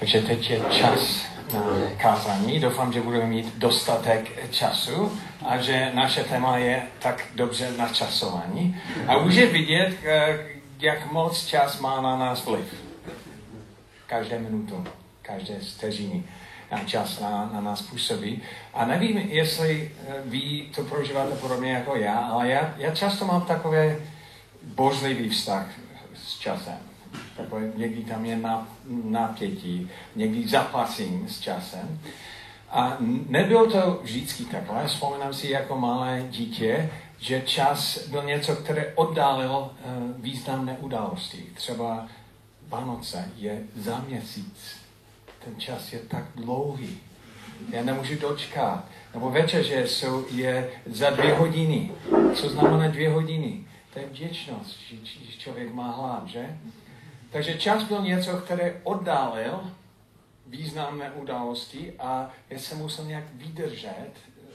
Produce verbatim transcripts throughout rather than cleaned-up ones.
Takže teď je čas na kázání. Doufám, že budeme mít dostatek času a že naše téma je tak dobře načasovaní. A už je vidět, jak moc čas má na nás vliv. Každé minutu, každé vteřiny čas na, na nás působí. A nevím, jestli vy to prožíváte podobně jako já, ale já, já často mám takový bořlivý vztah s časem. Takové, někdy tam je napětí, někdy zapasím s časem. A nebylo to vždycky takhle. Vzpomínám si jako malé dítě, že čas byl něco, které oddálil významné události. Třeba Vánoce je za měsíc. Ten čas je tak dlouhý. Já nemůžu dočkat. Nebo večer, že jsou, je za dvě hodiny. Co znamená dvě hodiny? To je vděčnost, že člověk má hlad, že? Takže čas byl něco, které oddálil významné události a já jsem musel nějak vydržet,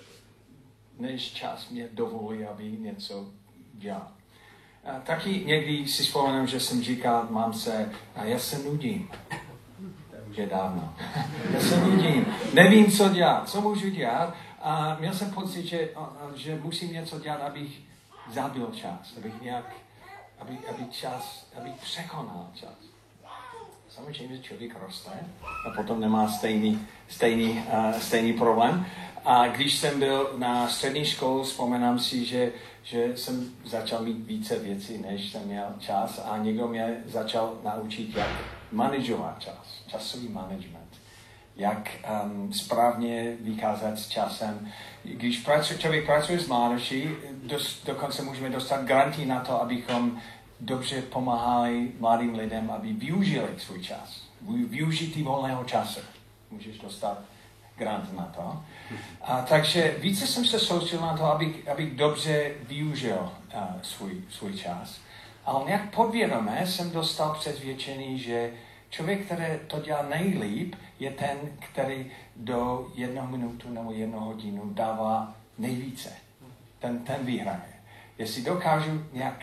než čas mě dovolí, aby něco dělal. A taky někdy si vzpomínám, že jsem říkal mámce, a já se nudím. To už je dávno. Já se nudím. Nevím, co dělat. Co můžu dělat? A měl jsem pocit, že, že musím něco dělat, abych zabil čas. Abych nějak, aby, aby čas, abych překonal čas. Samozřejmě, že člověk roste a potom nemá stejný, stejný, uh, stejný problém. A když jsem byl na střední škole, vzpomínám si, že, že jsem začal mít více věcí, než jsem měl čas a někdo mě začal naučit, jak manažovat čas, časový management, jak um, správně vykázat s časem. Když pracuje, člověk pracuje s mládeží, dokonce můžeme dostat granty na to, abychom dobře pomáhali mladým lidem, aby využili svůj čas. Využití volného času. Můžeš dostat grant na to. A takže více jsem se soustředil na to, abych, abych dobře využil uh, svůj, svůj čas. Ale nějak podvědomě jsem dostal přesvědčení, že člověk, který to dělá nejlíp, je ten, který do jednou minutu nebo jednu hodinu dává nejvíce. Ten, ten vyhraje. Jestli dokážu nějak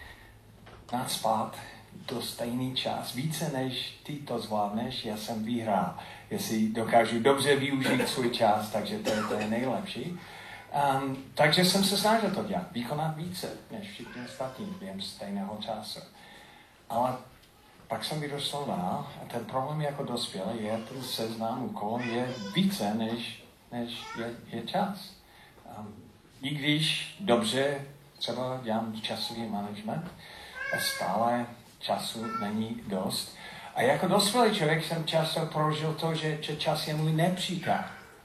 nacpat do stejný čas, více než ty to zvládneš, já jsem vyhrál. Jestli dokážu dobře využít svůj čas, takže to je, to je nejlepší. Um, takže jsem se snažil to dělat, vykonat více než všichni ostatní během stejného času. Ale pak jsem vyrostl dál a ten problém jako dospělý je, ten seznam úkolů je více než, než je, je čas. Um, I když dobře třeba dělám časový management, a stále času není dost. A jako dospělý člověk jsem často prožil to, že, že čas je můj nepřítel.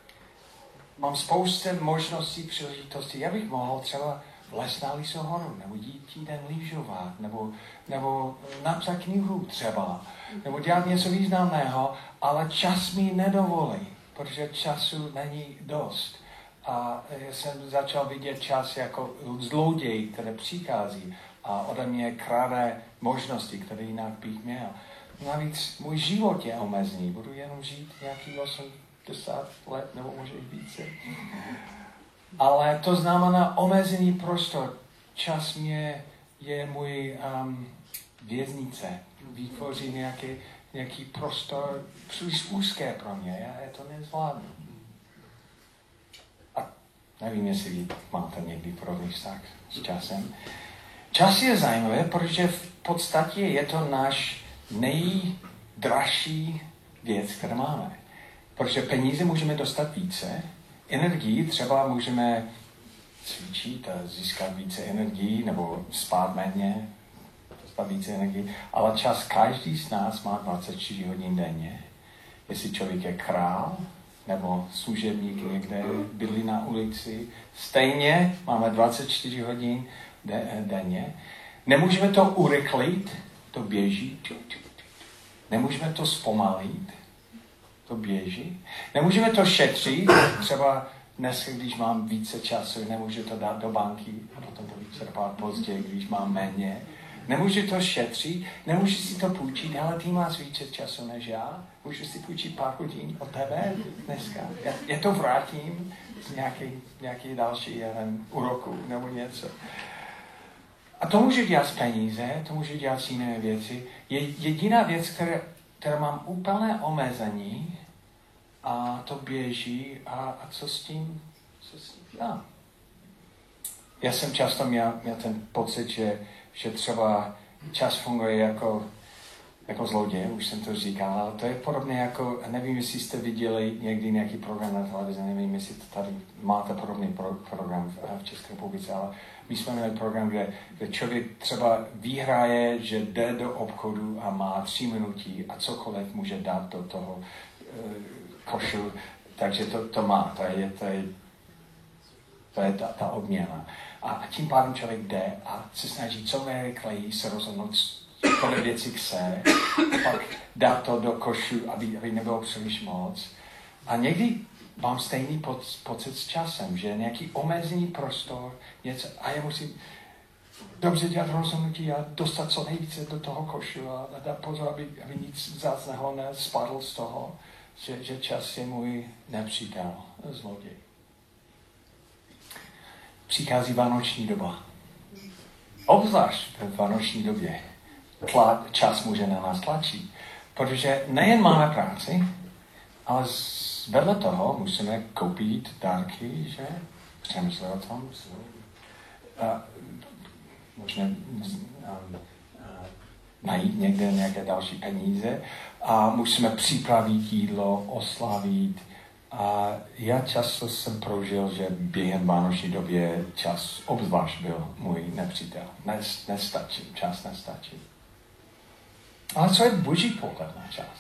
Mám spoustu možností, příležitostí. Já bych mohl třeba vlézt na Lisou horu, nebo jít týden lyžovat, nebo, nebo napsat knihu třeba, nebo dělat něco významného, ale čas mi nedovolí, protože času není dost. A já jsem začal vidět čas jako zloděj, které přichází a ode mě krade možnosti, které jinak bych měl. Navíc můj život je omezený, budu jenom žít nějaký osmdesát let nebo možná více. Ale to znamená omezený prostor. Čas mě je můj um, věznice. Vytvoří nějaký, nějaký prostor příliš úzké pro mě. Já to nezvládnu. A nevím, jestli vy máte někdy podobný vztah s časem. Čas je zajímavé, protože v podstatě je to náš nejdražší věc, kterou máme. Protože peníze můžeme dostat více, energii třeba můžeme cvičit a získat více energii, nebo spát méně, dostat více energii, ale čas každý z nás má dvacet čtyři hodin denně. Jestli člověk je král, nebo služebník někde bydlí na ulici, stejně máme dvacet čtyři hodin denně. Nemůžeme to urychlit, to běží. Nemůžeme to zpomalit, to běží. Nemůžeme to šetřit, třeba dnes, když mám více času, nemůžu to dát do banky a potom to vyčerpat později, když mám méně. Nemůžu to šetřit, nemůžu si to půjčit, ale ty máš více času než já. Můžu si půjčit pár hodin od tebe dneska. Já, já to vrátím z nějaký, nějaký další jeden úroku nebo něco. A to může dělat z peníze, to může dělat z jiné věci. Je jediná věc, která které mám úplné omezení a to běží a, a co s tím, co s tím dělám? Já jsem často měl, měl ten pocit, že, že třeba čas funguje jako, jako zloděj, už jsem to říkal, ale to je podobné jako, nevím, jestli jste viděli někdy nějaký program na televizi, nevím, jestli tady máte podobný pro, program v, v České republice, ale my jsme měli program, kde, kde člověk třeba vyhraje, že jde do obchodu a má tři minuty a cokoliv může dát do toho uh, košu, takže to, to má, to je, to je, to je ta, ta odměna. A tím pádem člověk jde a se snaží co nejrychleji se rozhodnout, kolik věcí chce, pak dát to do košu, aby, aby nebylo příliš moc. A někdy mám stejný poc, pocit s časem, že nějaký omezený prostor, něco, a já musím dobře dělat rozhodnutí a dostat co nejvíce do toho košu a dát pozor, aby, aby nic vzácného nespadl z toho, že, že čas je můj nepřítel, zloděj. Přichází vánoční doba. Obzvlášť v vánoční době tla, čas může na nás tlačit, protože nejen máme práci, ale z, vedle toho musíme koupit dárky, že? Přemýšlet o tom. A, možná um, najít někde nějaké další peníze a musíme připravit jídlo, oslavit. A já často jsem prožil, že během vánoční době čas obzvlášť byl můj nepřítel. Nes, nestačí, čas nestačí. Ale co je boží pohled na čas?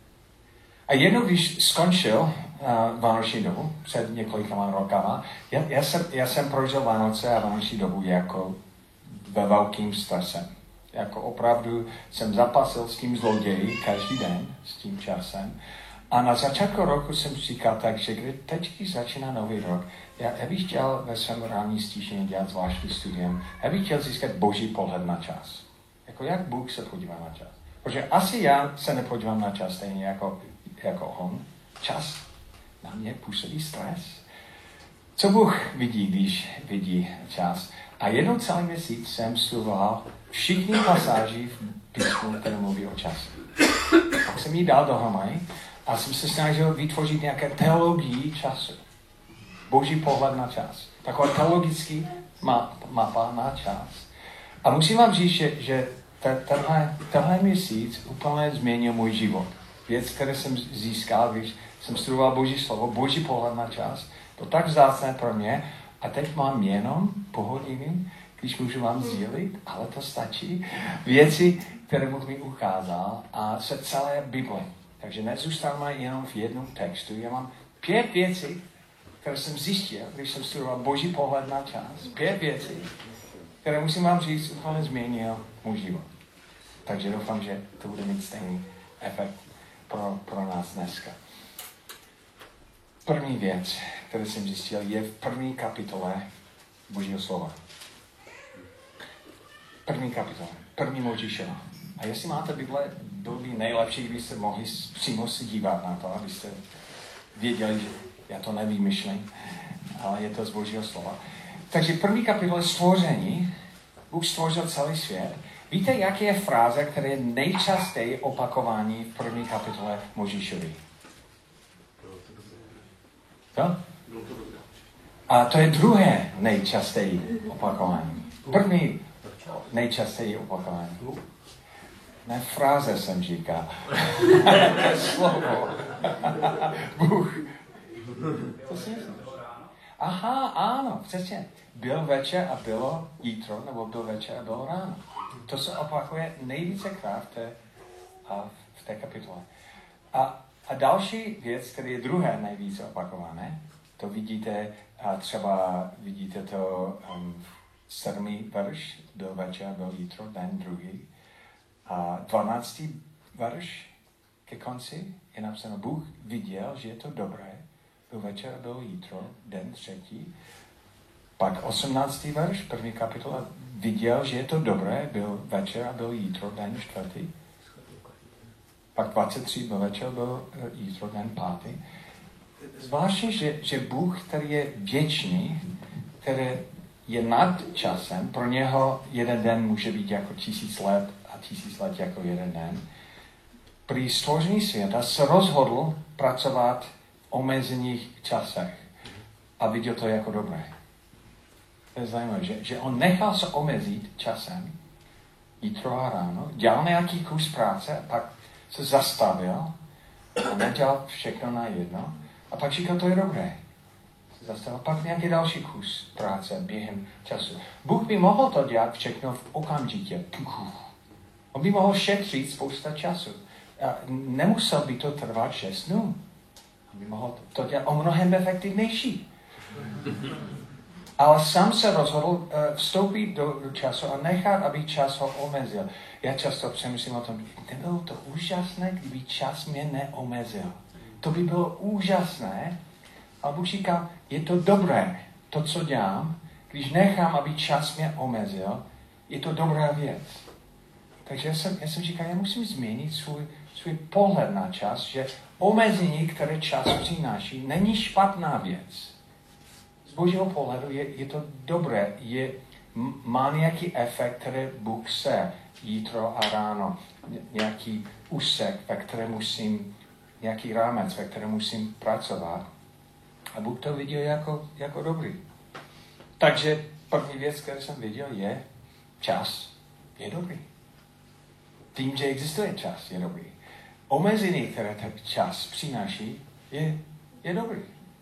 A jednou, když skončil uh, vánoční dobu, před několika rokama, já, já, jsem, já jsem prožil Vánoce a vánoční dobu jako ve velkým stresem. Jako opravdu jsem zapasil s tím zloději každý den, s tím časem. A na začátku roku jsem říkal tak, že když teď začíná nový rok, já, já bych chtěl ve svém ranní stížení dělat zvláštní studium, já bych chtěl získat boží pohled na čas. Jako jak Bůh se podívá na čas. Protože asi já se nepodívám na čas stejně jako, jako on. Čas na mě působí stres. Co Bůh vidí, když vidí čas? A jednou celý měsíc jsem studoval všichni pasáži v písmu, které mluví o čase. Tak jsem ji dal dohromady a jsem se snažil vytvořit nějaké teologii času. Boží pohled na čas. Taková teologický map, mapa na čas. A musím vám říct, že, že tenhle, tenhle měsíc úplně změnil můj život. Věc, které jsem získal, když jsem studoval Boží slovo, Boží pohled na čas, to tak vzácné pro mě. A teď mám jenom po hodiny, když můžu vám sdělit, ale to stačí, věci, které Bůh mi ukázal a se celé Bible. Takže nezůstávám jenom v jednom textu. Já mám pět věcí, které jsem zjistil, když jsem studoval Boží pohled na čas. Pět věcí, které musím vám říct, úplně změnil můj život. Takže doufám, že to bude mít stejný efekt pro, pro nás dneska. První věc, kterou jsem zjistil, je v první kapitole Božího slova. První kapitole, první Mojžíšova. A jestli máte Bible, bylo by nejlepší, kdybyste mohli přímo si dívat na to, abyste věděli, že já to nevymyšlím, ale je to z Božího slova. Takže první kapitole stvoření, Bůh stvořil celý svět. Víte, jaké je fráze, která je nejčastěji opakování v první kapitole Mojžíšovi? Co? A to je druhé nejčastěji opakování. První nejčastěji opakování. Ne, fráze jsem říkal. Slovo. Bůh. To si Aha, ano, přesně. Byl večer a bylo jítro, nebo byl večer a bylo ráno. To se opakuje nejvícekrát v té, a v té kapitole. A, a další věc, která je druhé nejvíce opakované, to vidíte, a třeba vidíte to um, sedmý verš, byl večer, byl jítro, den druhý. A dvanáctý verš ke konci je napsáno, Bůh viděl, že je to dobré, byl večer, byl jítro, den třetí. Pak osmnáctý verš, první kapitola, viděl, že je to dobré, byl večer a byl jítro, den čtvrtý. Pak dvacet tři byl večer, byl jítro, den pátý. Zvláštně, že, že Bůh, který je věčný, který je nad časem, pro něho jeden den může být jako tisíc let a tisíc let jako jeden den. při stvoření světa se rozhodl pracovat v omezených časech a viděl to jako dobré. To je zajímavé, že, že on nechal se omezit časem, jítro a ráno, dělal nějaký kus práce a pak se zastavil a nedělal všechno na jedno a pak říkal, to je dobré. Zastavil pak nějaký další kus práce během času. Bůh by mohl to dělat všechno v okamžitě. On by mohl šetřit spousta času. A nemusel by to trvat šest dnů. On by mohl to dělat o mnohem efektivnější. Ale sám se rozhodl uh, vstoupit do, do času a nechat, aby čas ho omezil. Já často přemýšlím o tom, nebylo to úžasné, kdyby čas mě neomezil. To by bylo úžasné, ale Bůh říkal, je to dobré, to, co dělám, když nechám, aby čas mě omezil, je to dobrá věc. Takže já jsem, já jsem říkal, já musím změnit svůj, svůj pohled na čas, že omezení, které čas přináší, není špatná věc. Z Božího pohledu je, je to dobré, je, má nějaký efekt, který Bůh chce, jítro a ráno, nějaký úsek, ve kterém musím, nějaký rámec, ve kterém musím pracovat. A Bůh to viděl jako, jako dobrý. Takže první věc, kterou jsem viděl, je čas je dobrý. Tím, že existuje čas, je dobrý. Omezení, které ten čas přináší, je, je dobrý.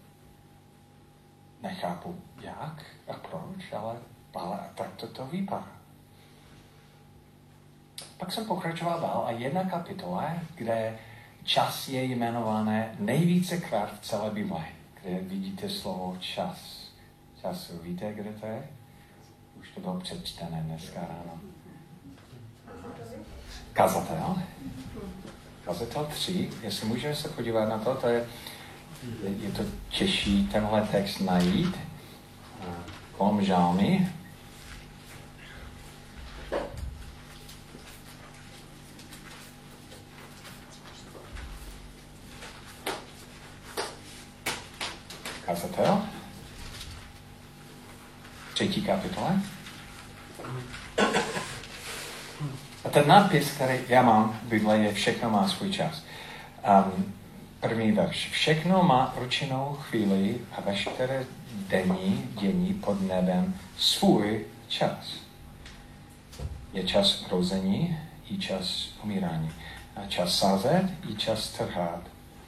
Nechápu jak a proč, ale, ale tak to, to vypadá. Pak jsem pokračoval dál a jedna kapitola, kde čas je jmenované nejvícekrát v celé Bibli, kde vidíte slovo čas. Času. Víte, kde to je? Už to bylo přečtené dneska ráno. Kazatel. Kazatel tři. Jestli můžeme se podívat na to, to je, je to těžší tenhle text najít. Kolem žálmy. Kazatel. Třetí kapitole. A ten nápis, který já mám v Bibli, je všechno má svůj čas. Um, první verš. Všechno má určenou chvíli a veškeré denní dění pod nebem svůj čas. Je čas rození i čas umírání. A čas sázet i čas trhat.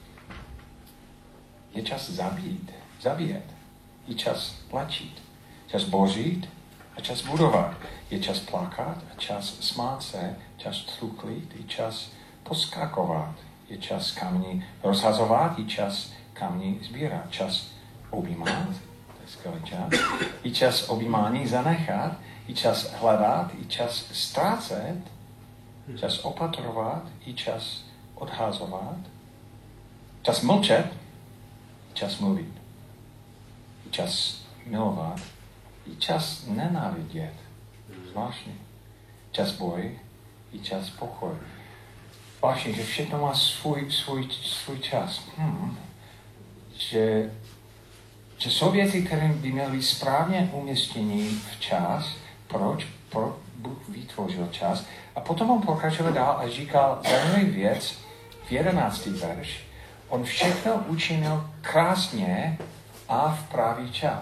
Je čas zabít, zabíjet. I čas plačit. Čas bořit a čas budovat. Je čas plakat a čas smát se, čas truklit i čas poskakovat. Je čas kamní rozhazovat i čas kamní sbírat. Čas objímat, to je skvělý čas. I čas objímání zanechat, i čas hledat, i čas ztrácet, čas opatrovat, i čas odhazovat. Čas mlčet, čas mluvit. I čas milovat, i čas nenávidět. Zvláštní. Čas boj, i čas pokoj. Zvláštní, že všechno má svůj, svůj, svůj čas. Hmm. Že, že jsou věci, které by měly správně umístění v čas. Proč? Proč Bůh vytvořil čas? A potom on pokračoval dál a říkal zajímavý věc v jedenáctý verš. On všechno učinil krásně a v pravý čas.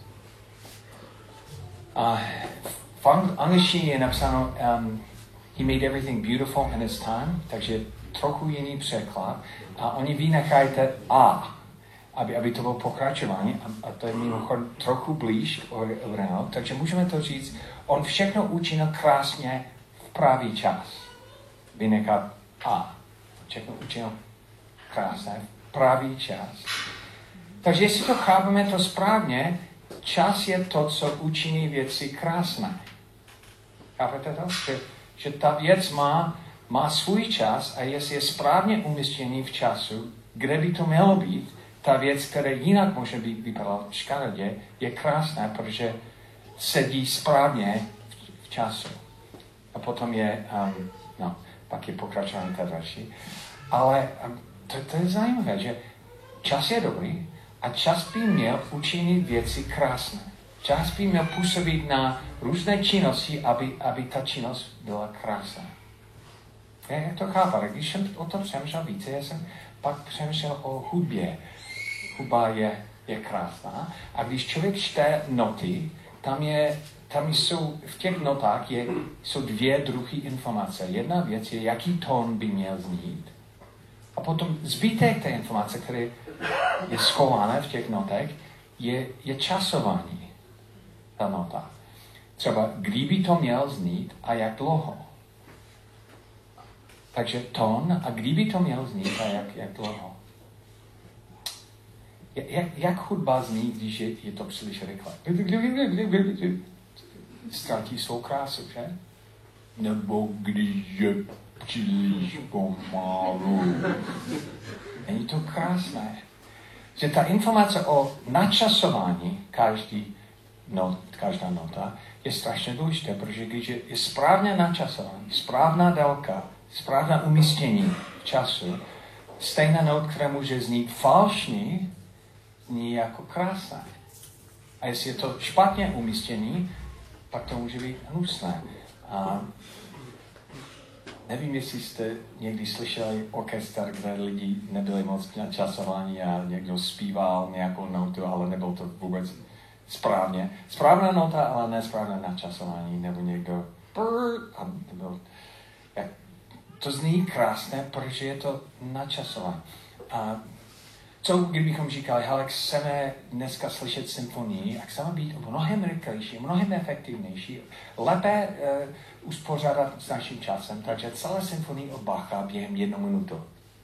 A v angličtině je napsáno um, he made everything beautiful in his time, takže trochu jiný překlad. A oni vynechají a, aby, aby to bylo pokračování. A, a to je mimochodem trochu blíž k originálu. Takže můžeme to říct, on všechno učinil krásně v pravý čas. Vynechat a. Všechno učinil krásně v pravý čas. Takže jestli to chápeme to správně, čas je to, co učiní věci krásné. Chápete to? Že, že ta věc má, má svůj čas a jestli je správně umístěný v času, kde by to mělo být, ta věc, která jinak může být vypadat škaredě, je krásná, protože sedí správně v, v času. A potom je, um, no, pak je pokračování té další. Ale um, to, to je zajímavé, že čas je dobrý, a čas by měl učinit věci krásné. Čas by měl působit na různé činnosti, aby, aby ta činnost byla krásná. Já to chápu, když jsem o tom přemýšlel více, já jsem pak přemýšlel o hudbě. Hudba je, je krásná. A když člověk čte noty, tam, je, tam jsou, v těch notách je, jsou dvě druhy informace. Jedna věc je, jaký tón by měl znít. A potom zbytek té informace, které je schované v těch notech, je, je časování. Ta nota. Třeba, kdyby to měl znít a jak dlouho. Takže tón a kdyby to měl znít a jak, jak dlouho. Jak, jak hudba zní, když je, je to příliš rychle? Ztratí svou krásu, že? Nebo když je příliš pomalu. Není to krásné? Že ta informace o načasování každý not, každá nota je strašně důležité, protože když je, je správně načasování, správná délka, správné umístění času, stejná not, která může znít falšný, zní jako krásné. A jestli je to špatně umístění, pak to může být hnusné. A nevím, jestli jste někdy slyšeli orchestr, kde lidi nebyli moc načasovaní a někdo zpíval nějakou notu, ale nebylo to vůbec správně. Správná nota, ale nesprávné načasování, nebo někdo a nebyl, jak, to zní krásné, protože je to načasování. A co kdybychom říkali, hele, chceme dneska slyšet symfonii a chceme být mnohem rychlejší, mnohem efektivnější, lépe uh, uspořádat s naším časem, takže celé symfonii od Bacha během jednu minutu.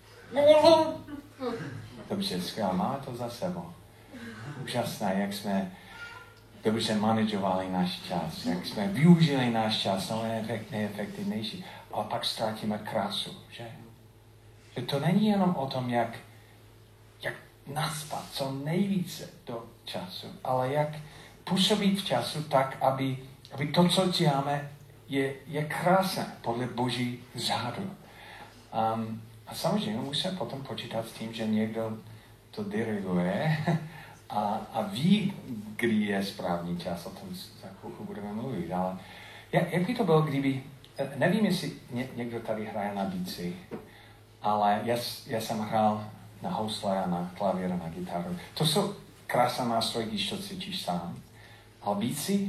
Dobře, skvěle, máme to za sebou. Úžasné, jak jsme dobře manažovali náš čas, jak jsme využili náš čas, no nejefektivnější, ale pak ztratíme krásu, že? Že to není jenom o tom, jak naspat co nejvíce do času, ale jak působit v času tak, aby, aby to, co děláme, je, je krásné podle Boží řádu. Um, a samozřejmě musíme potom počítat s tím, že někdo to diriguje a, a ví, kdy je správný čas, o tom za chvilku budeme mluvit. Ale jak, jak by to bylo, kdyby, nevím, jestli ně, někdo tady hraje na bicí, ale já, já jsem hrál na housle a na klavír a na gitaru. To jsou krásné nástroje, když to cvičíš sám. Ale bicí,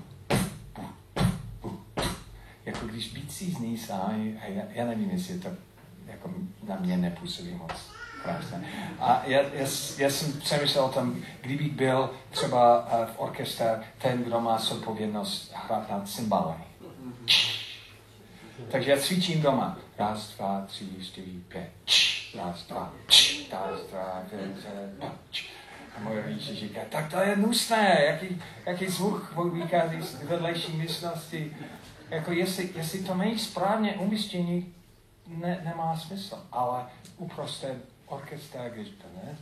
jako když bicí zní sám, já, já nevím, jestli to jako na mě nepůsobí moc krásné. A já, já, já jsem přemýšlel o tom, kdybych byl třeba v orchestru ten, kdo má zodpovědnost hrát na cymbály. Takže já cvičím doma. Raz, dva, tři, čtyři, pět. Raz, dva, raz, dva, pět. A moje rodiče říká, tak to je nusné, jaký, jaký zvuk vychází z vedlejší místnosti. Jako jestli, jestli to není správně umístění, ne, nemá smysl. Ale uprostřed orchestra, když to ne,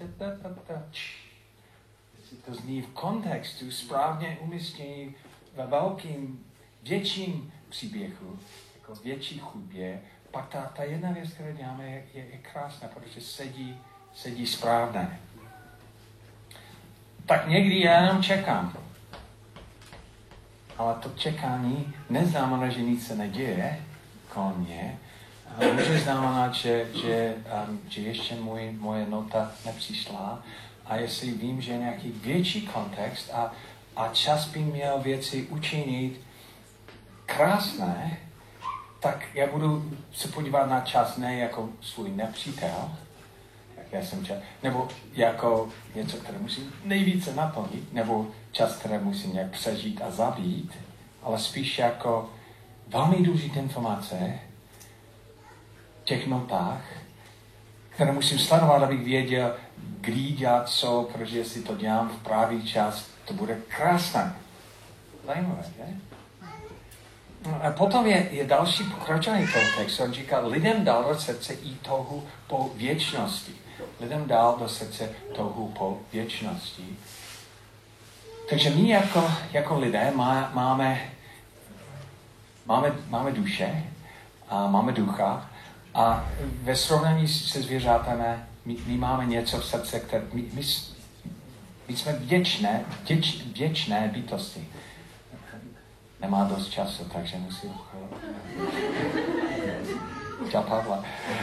to zní v kontextu správně umístění ve velkým, větším příběhu, jako větší chudbě, pak ta, ta jedna věc, kterou děláme, je, je, je krásná, protože sedí, sedí správně. Tak někdy já jenom čekám. Ale to čekání neznamená, že nic se neděje kolem mě. Může znamenat, že, že, um, že ještě můj, moje nota nepřišla a jestli vím, že je nějaký větší kontext a, a čas by měl věci učinit krásné, tak já budu se podívat na čas ne jako svůj nepřítel, jak já jsem čas, nebo jako něco, které musím nejvíce naplnit, nebo čas, které musím nějak přežít a zabít, ale spíš jako velmi důležité informace v těch notách, které musím sledovat, abych věděl, kdy dělat co, protože jestli to dělám v pravý čas, to bude krásné. Zajímavé, že? A potom je, je další pokračování toho textu. On říká, lidem dal do srdce i touhu po věčnosti. Lidem dal do srdce touhu po věčnosti. Takže my jako, jako lidé má, máme, máme, máme duše a máme ducha a ve srovnání se zvířatem my, my máme něco v srdce, které my, my, my jsme věčné, věč, věčné bytosti. Nemá dost času, takže musím... Čau, Pavle.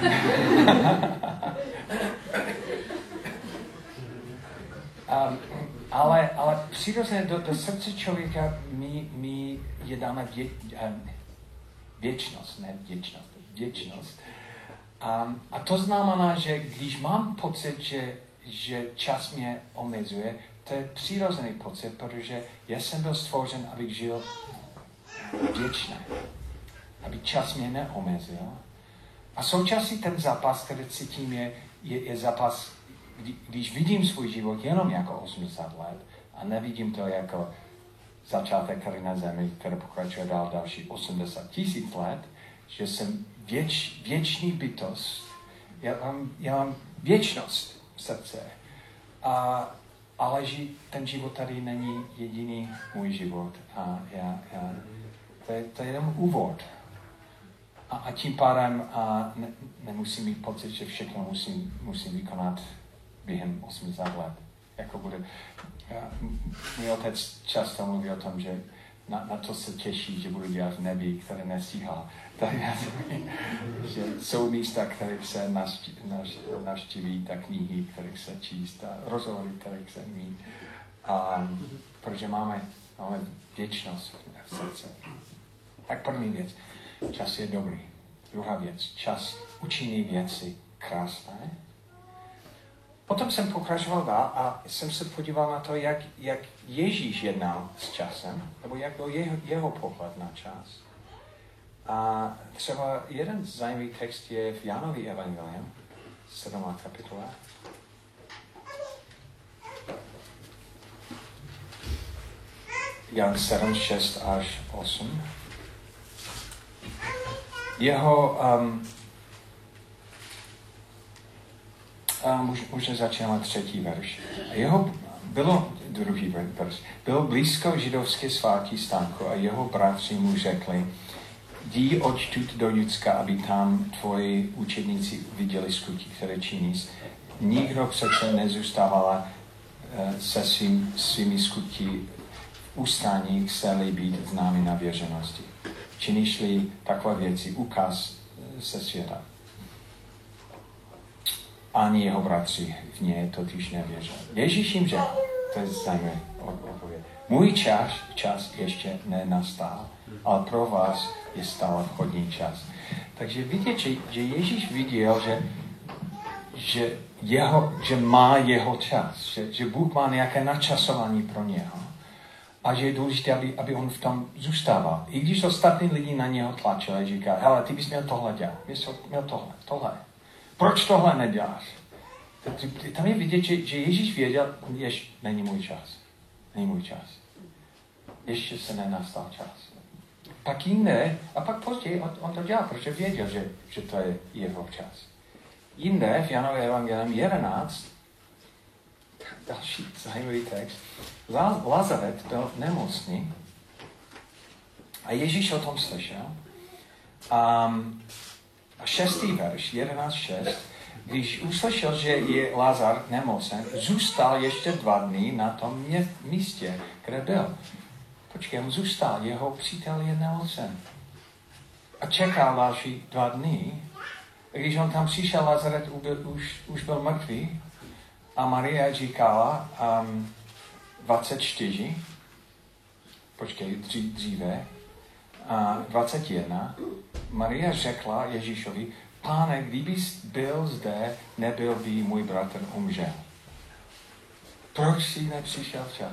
um, ale, ale přirozeně do, do srdce člověka my, my jedáme vě, um, věčnost, ne věčnost, věčnost. Um, a to znamená, že když mám pocit, že, že čas mě omezuje, to je přirozený pocit, protože já jsem byl stvořen, abych žil věčně, aby čas mě neomezil. A současně ten zápas, který cítím, je, je, je zápas, kdy, když vidím svůj život jenom jako osmdesát let a nevidím to jako začátek tady na zemi, který pokračuje dál další osmdesát tisíc let, že jsem věč, věčný bytost, já mám, já mám věčnost v srdce. A, ale ži, ten život tady není jediný můj život. A já, já, to, je, to je jenom úvod. A, a tím pádem a ne, nemusím mít pocit, že všechno musím, musím vykonat během osmdesát let. Jako bude. Můj otec často mluví o tom, že na, na to se těší, že budu dělat v nebi, které nestíhá. Tak já že jsou místa, které se navštíví, tak knihy, které se číst, a rozhovory, které se mít. A protože máme, máme věčnost v srdce. Tak první věc, čas je dobrý. Druhá věc, čas učiní věci krásné. Potom jsem pokračoval dál a jsem se podíval na to, jak, jak Ježíš jednal s časem, nebo jak byl jeho, jeho pohled na čas. A třeba jeden zajímavý text je v Jánově evangelium, sedmá kapitola. Jan sedm, šest až osm. Jeho um, um, možná začínáme třetí verš. Jeho bylo druhý verš. Bylo blízko židovské svátí stánku a jeho bratři mu řekli: jdi odtud do Judska, aby tam tvoji učedníci viděli skutky, které činíš. Nikdo přece nezůstávala uh, se svým, svými skutky v ústání, chce-li být známý na věřenosti. Činíš-li takové věci, ukaz se světa. Ani jeho bratři v něj totiž nevěřili. Ježíš jim řekl, to je zajímavé odpověď, můj čas, čas ještě nenastal, ale pro vás je stále vhodný čas. Takže vidět, že, že Ježíš viděl, že, že, jeho, že má jeho čas, že, že Bůh má nějaké načasování pro něho. A že je důležité, aby, aby on v tom zůstával. I když ostatní lidi na něho tlačili, říká, hele, ty bys měl tohle dělat, bys měl tohle, tohle. Proč tohle neděláš? Tam je vidět, že, že Ježíš věděl, ještě není můj čas. Není můj čas. Ještě se nenastal čas. Pak jinde, a pak později on, on to dělal, protože věděl, že, že to je jeho čas. Jinde v Janově evangelium jedenáct, další zajímavý text, Lazaret byl nemocný a Ježíš o tom slyšel. Um, a šestý verš, jedenáct šest, když uslyšel, že je Lazar nemocen, zůstal ještě dva dny na tom mě, místě, kde byl. Počkej, on zůstal, jeho přítel je nemocen. A čekal další dva dny. A když on tam přišel, Lazaret už, už byl mrtvý. A Maria říkala um, dvacet čtyři, počkej, dříve, a dvacet jedna, Maria řekla Ježíšovi, Páne, kdybys byl zde, nebyl by můj bratr umřel. Proč jsi nepřišel včas?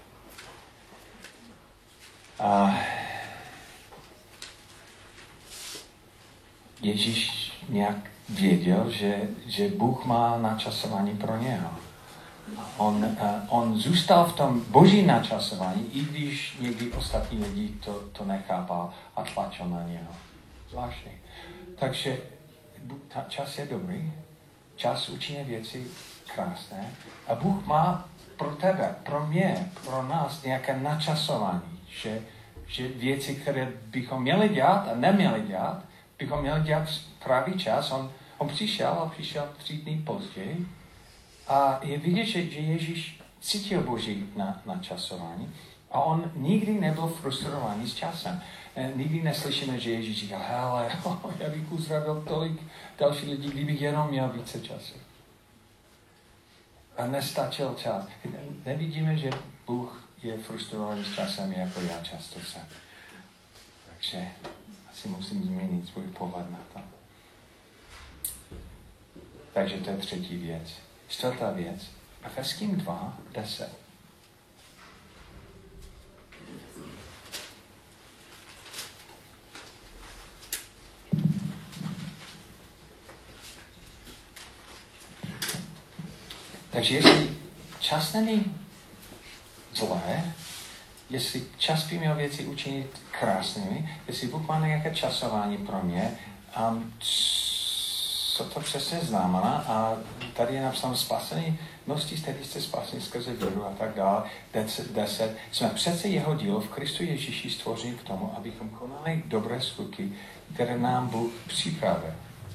A Ježíš nějak věděl, že, že Bůh má načasování pro něho. On, uh, on zůstal v tom boží načasování, i když někdy ostatní lidi to, to nechápal a tlačil na něho. Zvláštní. Takže ta čas je dobrý, čas učiní věci krásné a Bůh má pro tebe, pro mě, pro nás nějaké načasování, že, že věci, které bychom měli dělat a neměli dělat, bychom měli dělat pravý čas. On, on přišel a přišel tři dny později a je vidět, že, že Ježíš cítil boží na, načasování a on nikdy nebyl frustrovaný s časem. Nikdy neslyšíme, že Ježíš říká, hele, já bych uzdravil tolik další lidí, kdybych jenom měl více času. A nestačil čas. Nevidíme, že Bůh je frustrovaný s časem, jako já často jsem. Takže asi musím změnit svůj pohled na to. Takže to je třetí věc. Čtvrtá věc. Efeským dva, deset. Takže jestli čas není zlé, jestli čas by měl věci učinit krásnými, jestli Bůh má nějaké časování pro mě, um, co to přesně znamená, a tady je napsáno spasení, množství jste, jste spasení skrze víru a tak dále, deset. Jsme přece jeho dílo v Kristu Ježíši stvoření k tomu, abychom konali dobré skutky, které nám Bůh připravil.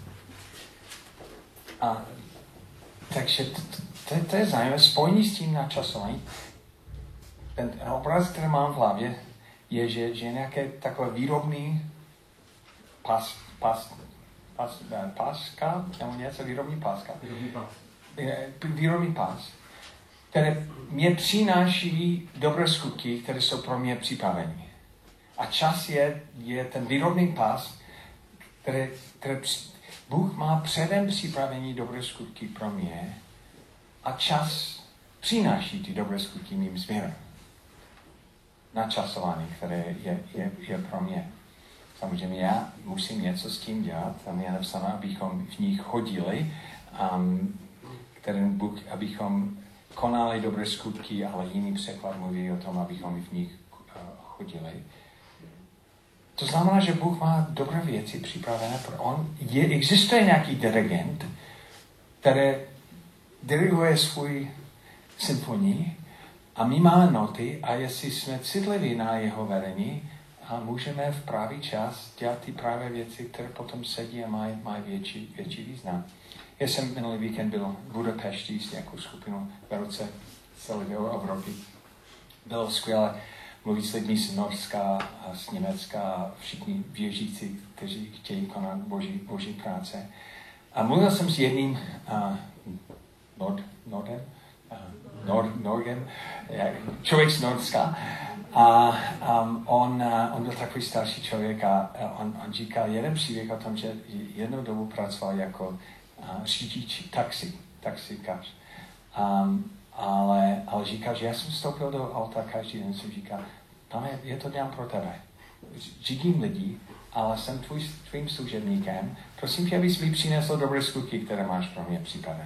A takže to, to, to je zajímavé, spojení s tím načasování. Ten obraz, který mám v hlavě, je, že, že je nějaké takové výrobný pas, pas, pas, páska, nebo něco, výrobní páska. Výrobní pás. Výrobní pás, které mě přináší dobré skutky, které jsou pro mě připraveny. A čas je, je ten výrobní pás, který, který Bůh má předem připravení dobré skutky pro mě a čas přináší ty dobré skutky mým směrem. Načasování, které je, je, je pro mě. Samozřejmě já musím něco s tím dělat, tam je napsáno, abychom v nich chodili, um, kterým Bůh, abychom konali dobré skutky, ale jiný překlad mluví o tom, abychom v nich uh, chodili. To znamená, že Bůh má dobré věci připravené pro on. Je, existuje nějaký dirigent, který diriguje svůj symfonii a my máme noty a jestli jsme citliví na jeho vedení a můžeme v pravý čas dělat ty pravé věci, které potom sedí a mají, mají větší, větší význam. Já jsem minulý víkend byl v Budapešti s nějakou skupinou vedoucí celé Evropy. Bylo skvělé mluvit s lidmi z Norska a z Německa a všichni věřící, kteří chtějí konat boží, boží práce. A mluvil jsem s jedním uh, Nord, Nordem, uh, Nord, Norgem, člověk z Norska. A um, on, uh, on byl takový starší člověk a uh, on, on říkal jeden příběh o tom, že jednou dobu pracoval jako uh, řidič taxi, taxikář. Um, ale, ale říkal, že já jsem vstoupil do auta každý den, jsem říkal, tam je, je to dělám pro tebe. Řídím lidi, ale jsem tvůj, tvým služebníkem. Prosím tě, abys mi přinesl dobré skutky, které máš pro mě připravené.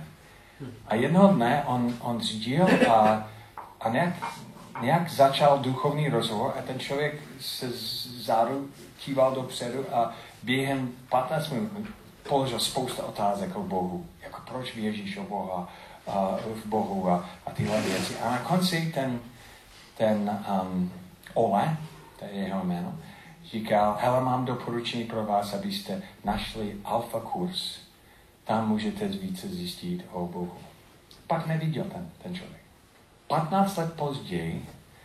A jednoho dne on, on řídil a, a nějak, nějak začal duchovní rozhovor a ten člověk se zádu kýval dopředu a během patnáct minut položil spousta otázek o Bohu. Jako proč věříš o Boha, a, v Bohu a, a tyhle věci. A na konci ten, ten um, Ole, to je jeho jméno, říkal, hele, mám doporučení pro vás, abyste našli alfa kurz. Tam můžete více zjistit o Bohu. Pak neviděl ten, ten člověk. patnáct let později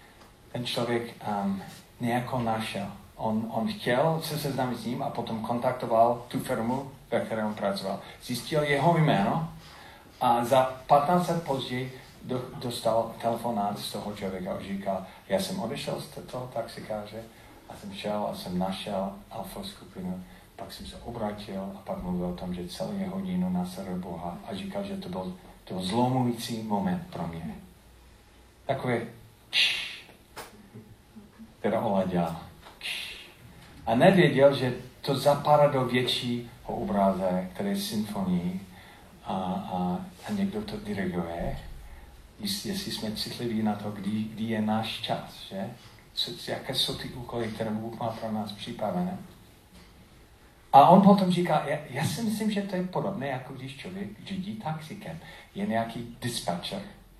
ten člověk um, nějako našel. On, on chtěl se seznámit s ním a potom kontaktoval tu firmu, ve které on pracoval. Zjistil jeho jméno a za patnáct let později do, dostal telefonát z toho člověka a říkal, já jsem odešel z toho taxikáře a jsem šel a jsem našel alfa skupinu. Pak jsem se obrátil a pak mluvil o tom, že celou je hodinu následuje Boha a říkal, že to byl, to byl zlomující moment pro mě. Takové kš, které Ola dělal. A nevěděl, že to zapadá do většího obraze, které je symfonii a, a, a někdo to diriguje. Jestli jsme citliví na to, kdy, kdy je náš čas, že? Co, jaké jsou ty úkoly, které Bůh má pro nás připravené. A on potom říká, já, já si myslím, že to je podobné, jako když člověk řídí taxikem. Je nějaký dispatcher.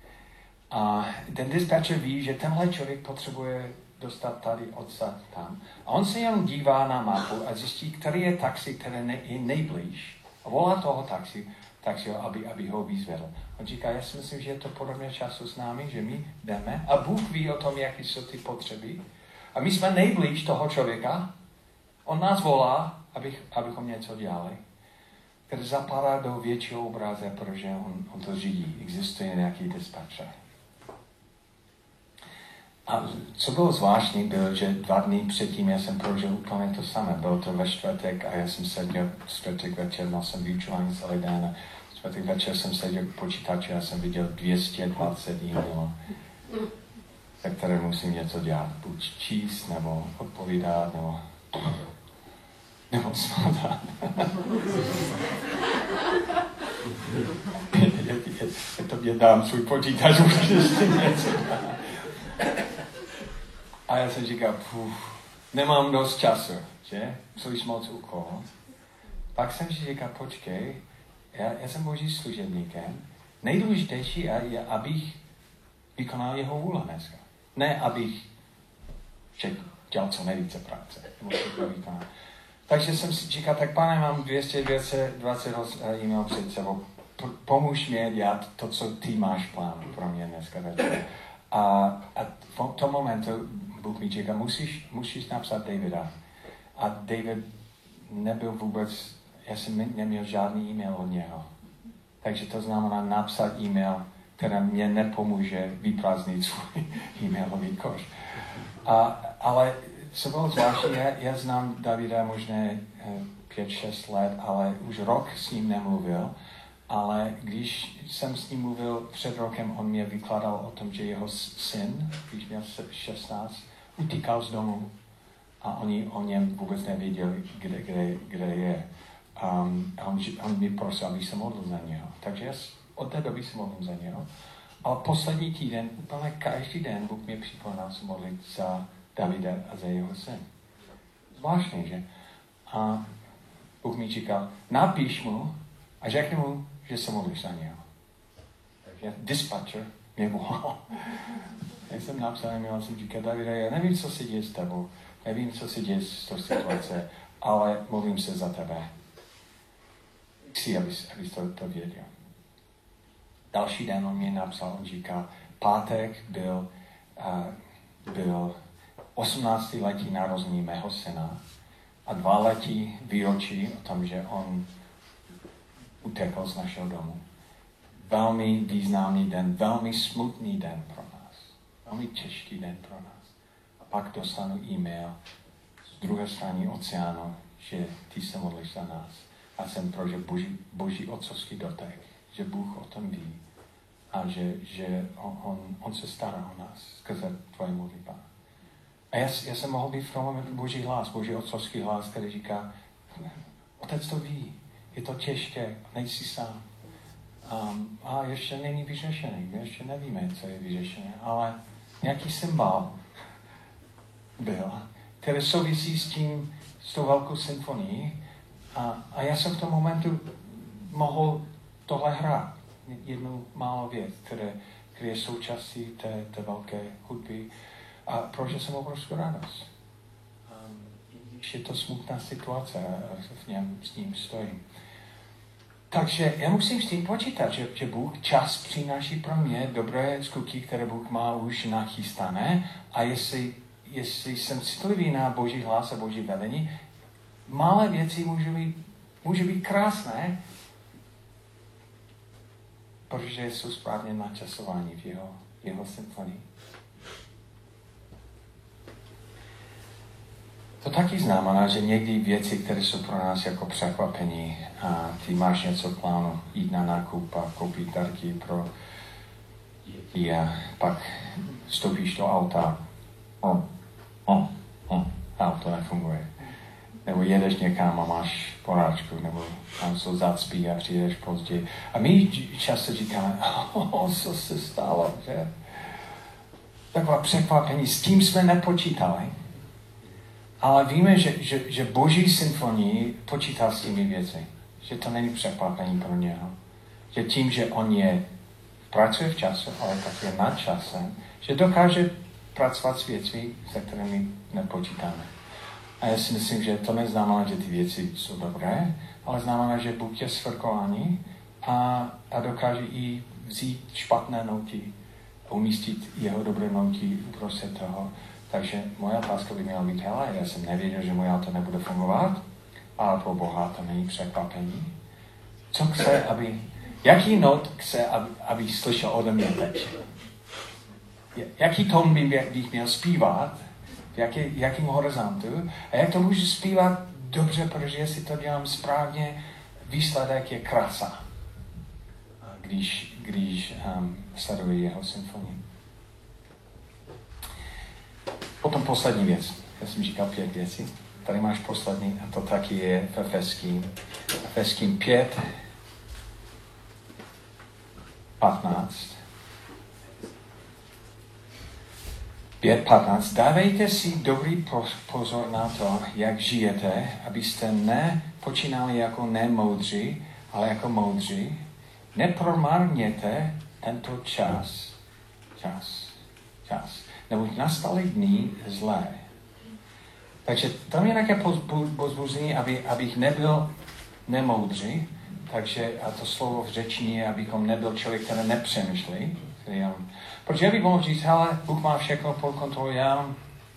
A ten dispatcher ví, že tenhle člověk potřebuje dostat tady odsad tam. A on se jen dívá na mapu a zjistí, který je taxi, který je nejblíž. A volá toho taxi, taxi aby, aby ho vyzvedl. On říká, já si myslím, že je to podobné času s námi, že my jdeme a Bůh ví o tom, jaké jsou ty potřeby. A my jsme nejblíž toho člověka On nás volá, abych, abychom něco dělali, který zapadá do většího obraze, protože on, on to řídí. Existuje nějaký dispatcher. A co bylo zvláštní, bylo, že dva dny předtím já jsem prožil úplně to samé. Bylo to ve čtvrtek a já jsem seděl čtvrtek večer, měl jsem vyučování celý den. Čtvrtek večer jsem seděl k počítači a jsem viděl dvě stě dvacet e-mailů, za které musím něco dělat. Buď číst, nebo odpovídat, nebo, nebo smadat. Já to mě dám svůj počítač, už s tím něco. A já jsem říkal, puf, nemám dost času, že? Příliš moc úkolů. Pak jsem si říkal, počkej, já, já jsem boží služebníkem. Nejdůležitější je, abych vykonal jeho vůle dneska. Ne, abych dělal co nejvíce práce. Takže jsem si říkal, tak pane, mám dvě stě dvacet e-mailů před sebou. Pomůž mě dělat to, co ty máš plán pro mě dneska večer. A, a v tom momentu Bůh mi říká, musíš, musíš napsat Davida. A David nebyl vůbec, já jsem neměl žádný e-mail od něho. Takže to znamená napsat e-mail, která mě nepomůže vyprázdnit svůj e-mailový koš. A, ale co bylo zvláštní, já, já znám Davida možná pět šest let, ale už rok s ním nemluvil. Ale když jsem s ním mluvil před rokem, on mě vykládal o tom, že jeho syn, když měl šestnáct, utíkal z domu a oni o něm vůbec nevěděli, kde, kde, kde je. Um, a on, on mi prosil, aby se modlil za něho. Takže já od té doby se modlím za něho. Ale poslední týden, úplně každý den, Bůh mě připomínal se modlit za Davida a za jeho syn. Zvláštní, že? A Bůh mi říkal, napíš mu a řekni mu, že se modlíš za něho. Takže dispatcher mě volal. Já jsem napsal, měl jsem říkat, Davide, já nevím, co se děje s tebou, nevím, co se děje s tou situace, ale modlím se za tebe. Chci, abys, abys to, to věděl. Další den on mě napsal, on říká, pátek byl, uh, byl osmnáctý letí narození mého syna a dva letí výročí o tom, že on utekl z našeho domu. Velmi významný den, velmi smutný den pro nás. Velmi těžký den pro nás. A pak dostanu e-mail z druhé strany oceánu, že ty se modlíš za nás. A jsem prožil boží, boží otcovský dotek, že Bůh o tom ví a že, že on, on, on se stará o nás skrze tvoje modlitba. A já, já jsem mohl být v tom momentu boží hlas, boží otcovský hlas, který říká, otec to ví, je to těžké, nejsi sám. Um, a ještě není vyřešený, ještě nevíme, co je vyřešené, ale nějaký symbol byl, který souvisí s tím, s tou velkou symfonií. A, a já jsem v tom momentu mohl tohle hrát. Jednu malou věc, které, které je součástí té, té velké hudby. A prožil jsem obrovskou radost. Um, když je to smutná situace, v něm s ním stojím. Takže já musím s tím počítat, že, že Bůh čas přináší pro mě dobré skutky, které Bůh má už nachystané. A jestli, jestli jsem citlivý na Boží hlas a Boží vedení, malé věci můžou být, můžou být krásné, protože jsou správně načasovány v jeho, jeho symfonii. To taky znamená, že někdy věci, které jsou pro nás jako překvapení, a ty máš něco v plánu, jít na nákup a koupit dárky pro děti a pak vstoupíš do auta. O, o, o, auto nefunguje. Nebo jedeš někam a máš porážku, nebo tam jsou zácpí a přijdeš později. A my často říkáme, oh, co se stalo, že? Taková překvapení, s tím jsme nepočítali. Ale víme, že, že, že Boží symfonii počítá s těmi věci. Že to není překvapení pro něho. Že tím, že on je pracuje v času, ale také nad časem, že dokáže pracovat s věcmi, se kterými nepočítáme. A já si myslím, že to neznamená, že ty věci jsou dobré, ale znamená, že Bůh je svrchovaný a, a dokáže i vzít špatné noty a umístit jeho dobré noty uprostřed toho, Takže moje otázka by měla být, hele, já jsem nevěděl, že moje auto nebude fungovat, ale pro Boha to není překvapení. Co chce, aby, jaký not chce, aby, aby slyšel ode mě teď? Jaký tón bych měl zpívat, v jaký, jakým horizontu, a jak to můžu zpívat dobře, protože jestli to dělám správně, výsledek je krása, když, když um, sleduji jeho symfonii. Potom poslední věc. Já jsem říkal pět věcí. Tady máš poslední, a to taky je v Efeským. Efeským pět, patnáct. pět patnáct. Dávejte si dobrý pozor na to, jak žijete, abyste nepočínali jako nemoudří, ale jako moudří. Nepromarněte tento čas. Čas. Čas. Neboť nastaly dny zlé. Takže tam je nějaké pozbuzení, aby, abych nebyl nemoudří. Takže a to slovo v řečtině je, abychom nebyl člověk, který nepřemýšlí. Protože já bych mohl říct, hele, Bůh má všechno pod kontrolou, já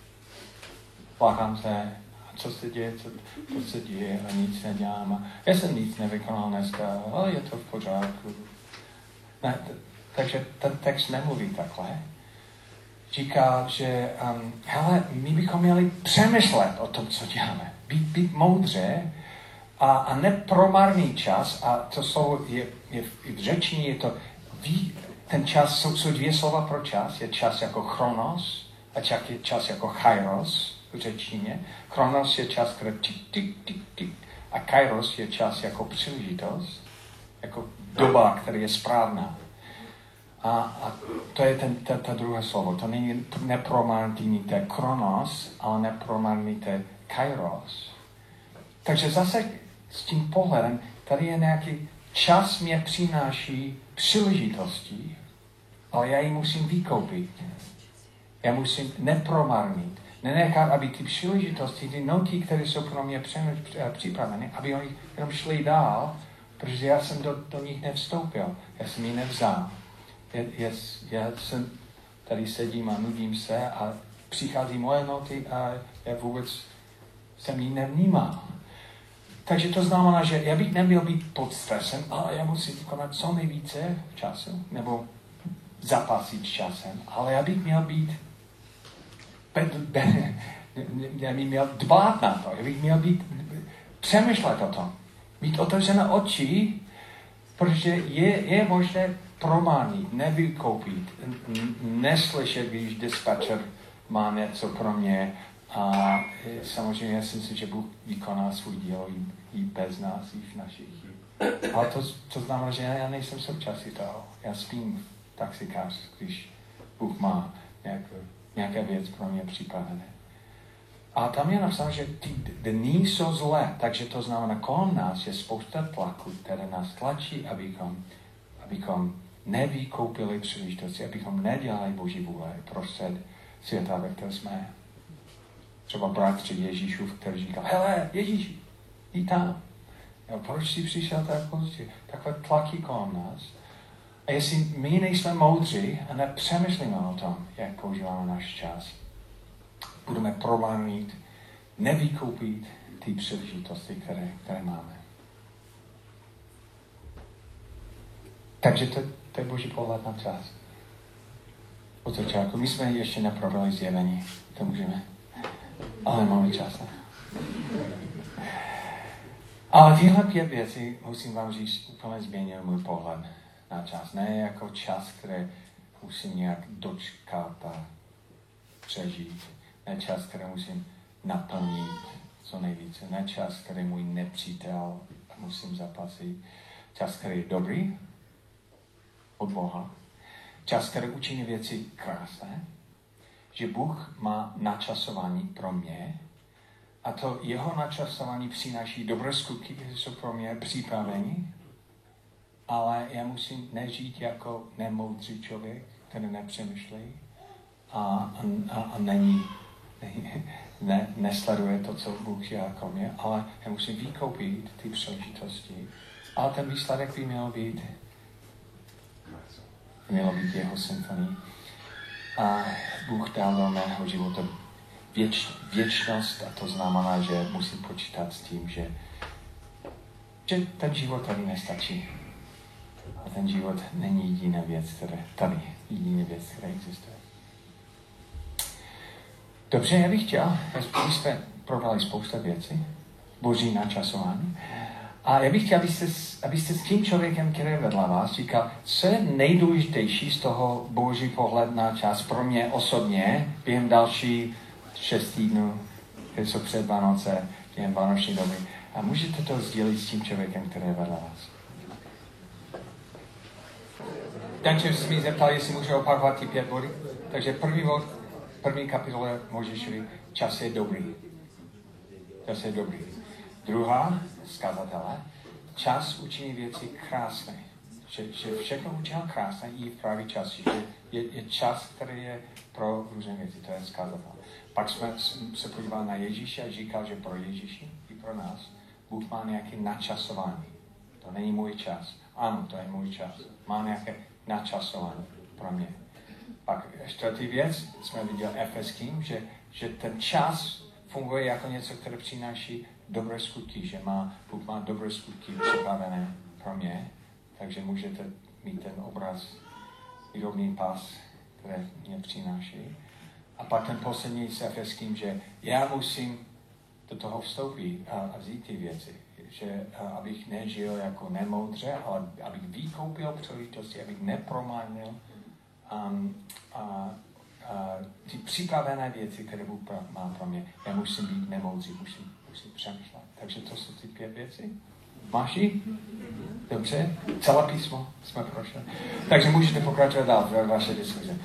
plakám se, a co se děje, co, co se děje a nic nedělám. A já jsem nic nevykonal dneska, ale je to v pořádku. Ne, t- takže ten text nemluví takhle. Říká, že um, hele, my bychom měli přemýšlet o tom, co děláme. Být, být moudře a, a nepromarný čas. A to slovo je, je v řečtině, je to ví, ten čas, jsou, jsou dvě slova pro čas. Je čas jako chronos a čas je čas jako kairos v řečtině. Chronos je čas, který tik, tik, tik, tik. A kairos je čas jako příležitost, jako doba, která je správná. A, a to je ten, ta, ta druhé slovo. To není nepromarníte chronos, ale nepromarníte kairos. Takže zase s tím pohledem, tady je nějaký čas mě přináší příležitosti, ale já ji musím vykoupit. Já musím nepromarnit. Nenechat, aby ty příležitosti, ty noty, které jsou pro mě připraveny, aby oni jenom šli dál, protože já jsem do, do nich nevstoupil. Já jsem ji nevzal. Já, já, já jsem tady sedím a nudím se a přichází moje noty a já vůbec jsem ji nevnímal. Takže to znamená, že já bych neměl být pod stresem, ale já musím konat co nejvíce času, nebo zapasit časem, ale já bych měl být be, be, já bych měl dbát na to, já bych měl být přemýšlet o tom, mít otevřené oči, protože je, je možné promarnit, nevykoupit, neslyšet, když dispatcher má něco pro mě. A samozřejmě já si myslím, že Bůh vykoná svůj dílo i, i bez nás, i v našich. Ale to, to znamená, že já nejsem součástí toho. Já spím v taxikář, když Bůh má nějaké, nějaké věc pro mě připravené. A tam je napsáno, že ty dny jsou zlé, takže to znamená, kolem nás je spousta tlaku, které nás tlačí, abychom, abychom nevykoupili příležitosti, abychom nedělali Boží vůle prostřed světa, ve kterém jsme. Třeba bratři Ježíšův, který říkal, hele, Ježíši, jdi tam. Jo, proč jsi přišel tak pozdě? Takové tlaky kolem nás. A jestli my nejsme moudří a nepřemýšlíme o tom, jak používáme náš čas, budeme promarnit, nevykoupit ty příležitosti, které, které máme. Takže to, to je Boží pohled na čas. Od začátku. My jsme ještě neprobrali zjevení. To můžeme. Ale máme čas. Ne? Ale tyhle pět věcí, musím vám říct, úplně změnil můj pohled na čas. Ne jako čas, který musím nějak dočkat a přežít. Ne čas, který musím naplnit co nejvíce. Ne čas, který můj nepřítel musím zapasit. Čas, který je dobrý od Boha. Čas, který učiní věci krásné. Že Bůh má načasování pro mě a to jeho načasování přináší dobré skutky, které jsou pro mě připraveni, ale já musím nežít jako nemoudrý člověk, který nepřemýšlí a, a, a není, ne, nesleduje to, co Bůh dělá jako mě, ale já musím vykoupit ty příležitosti. Ale ten výsledek by měl být, mělo být jeho symfonii. A Bůh dal do mého života věč, věčnost a to znamená, že musím počítat s tím, že, že ten život tady nestačí. A ten život není jediná věc, která tady, jediná věc, která existuje. Dobře, já bych chtěl, my jsme probrali spousta věcí, boží načasování. A já bych chtěl, abyste, abyste s tím člověkem, který je vedle vás, říkal, co je nejdůležitější z toho boží pohled na čas pro mě osobně během další šest týdnů, které jsou před Vánoce, během vánoční doby. A můžete to sdělit s tím člověkem, který je vedle vás. Takže jsme mi zeptali, jestli můžu opakovat ty pět body. Takže první bod, první kapitole Mojžíšovi, čas je dobrý. Čas je dobrý. Druhá, zkazatele, čas učiní věci krásné. Že, že všechno udělal krásné i v pravý čas. Že je, je čas, který je pro různé věci. To je zkazatel. Pak jsme se podívali na Ježíše a říkal, že pro Ježíši i pro nás Bůh má nějaké načasování. To není můj čas. Ano, to je můj čas. Má nějaké načasování pro mě. Pak čtvrtý věc, jsme viděli Efeským, že, že ten čas funguje jako něco, které přináší dobré skutky, že má, Bůh má dobré skutky připravené pro mě, takže můžete mít ten obraz, výrobný pas, který mě přináší. A pak ten poslední s Efeským, že já musím do toho vstoupit a, a vzít ty věci. Že a, abych nežil jako nemoudře, ale abych vykoupil příležitosti, abych nepromarnil um, a, a ty připravené věci, které Bůh má pro mě. Já musím být nemoudří, musím, musím přemýšlet. Takže to jsou ty pět věcí. Máš ji? Dobře? Celé písmo jsme prošli. Takže můžete pokračovat dál ve vaše diskuze.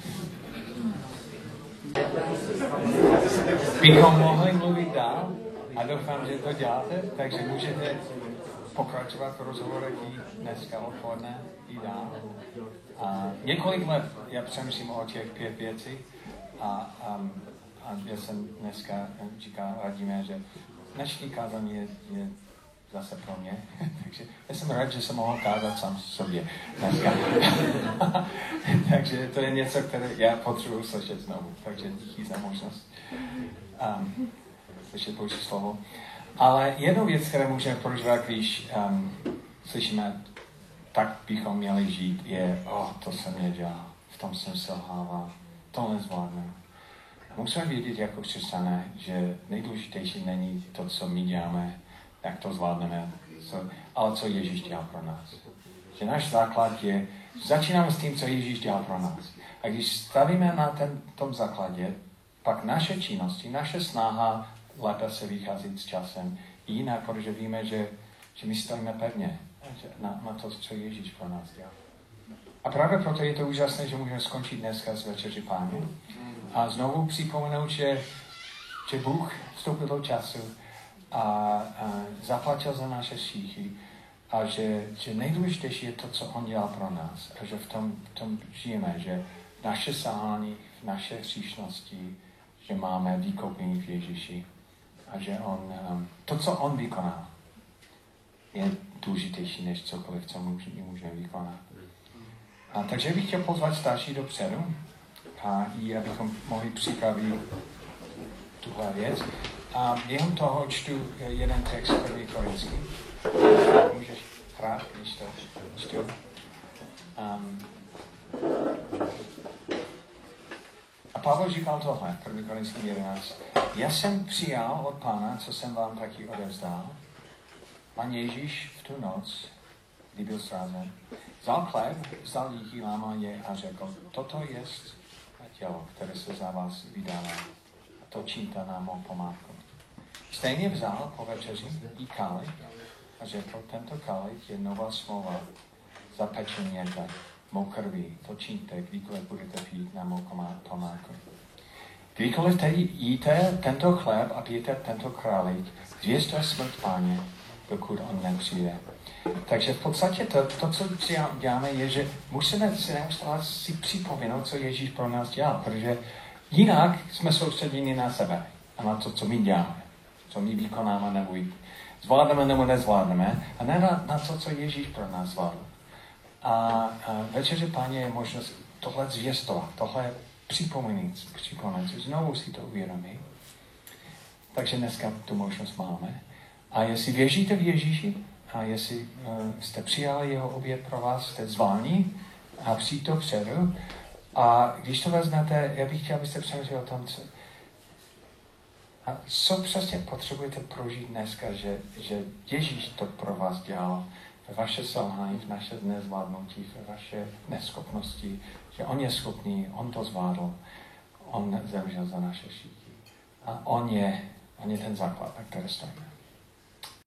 Bychom mohli mluvit dál a doufám, že to děláte, takže můžete pokračovat v rozhovorech i dneska odpoledne i dál. A několik let já přemýšlím o těch pět věcí a, um, a já jsem dneska říkal, radíme, že dnešní kázání je, je zase pro mě, takže já jsem rád, že jsem mohl kázat sám sobě dneska. Takže to je něco, které já potřebuji slyšet znovu, takže díky za možnost um, slyšet Boží slovo. Ale jednu věc, kterou můžeme prožívat, když um, slyšíme, tak bychom měli žít, je, oh, to jsem nedělal, v tom jsem selhával, to nezvládnu. Musíme vědět jako křesťané, že nejdůležitější není to, co my děláme, jak to zvládneme, co, ale co Ježíš dělal pro nás. Že náš základ je, začínáme s tím, co Ježíš dělal pro nás. A když stavíme na ten, tom základě, pak naše činnosti, naše snaha lépe se vychází s časem. Jinak, protože víme, že, že my stojíme pevně na, na to, co Ježíš pro nás dělal. A právě proto je to úžasné, že můžeme skončit dneska s večeří Páně. A znovu připomenout, že, že Bůh vstoupil do času a, a zaplatil za naše hříchy a že, že nejdůležitější je to, co on dělal pro nás. A že v tom, v tom žijeme, že naše selhání, naše hříšnosti, že máme vykoupení v Ježíši a že on, to, co on vykonal, je důležitější než cokoliv, co my můžeme vykonat. A takže bych chtěl pozvat starší dopředu a i abychom mohli připravit tuhle věc. A během toho čtu jeden text první Korinský. Můžeš hrát, když to čtu. Um, a Pavel říkal tohle, první Korinský jedenáct. Já jsem přijal od Pána, co jsem vám taky odevzdal. Pan Ježíš v tu noc, kdy byl srázen, vzal chléb, vzal díky, lámal je a řekl, toto je tělo, které se za vás vydává. A to čiňte na mou památku. Stejně vzal po večeři i kalich a řekl, tento kalich je nová smlouva zapečeněte mou krví. To čiňte, kdykoliv budete pít na mou památku. Kdykoliv tedy jíte tento chléb a pijete tento kalich, zvěste smrt Páně, dokud on nepřijde. Takže v podstatě to, to, co děláme, je, že musíme si neustále si připomenout, co Ježíš pro nás dělal, protože jinak jsme soustředěni na sebe a na to, co my děláme, co my vykonáme nebo zvládneme nebo nezvládneme a ne na, na to, co Ježíš pro nás zvládl. A, a večeře Páně je možnost tohle zvěstovat, tohle připomenout, připomenout, znovu si to uvědomit Takže dneska tu možnost máme. A jestli věříte v Ježíši, a jestli uh, jste přijali jeho oběd pro vás, jste zváni a přijď to předu. A když to vezmete, já bych chtěl, abyste přemýšleli o tom, co, a co přesně potřebujete prožít dneska, že, že Ježíš to pro vás dělal ve vaše selhání, v naše nezvládnutí, ve vaše neschopnosti, že on je schopný, on to zvládl, on zemřel za naše šíky. A on je, on je ten základ, na které stojíme.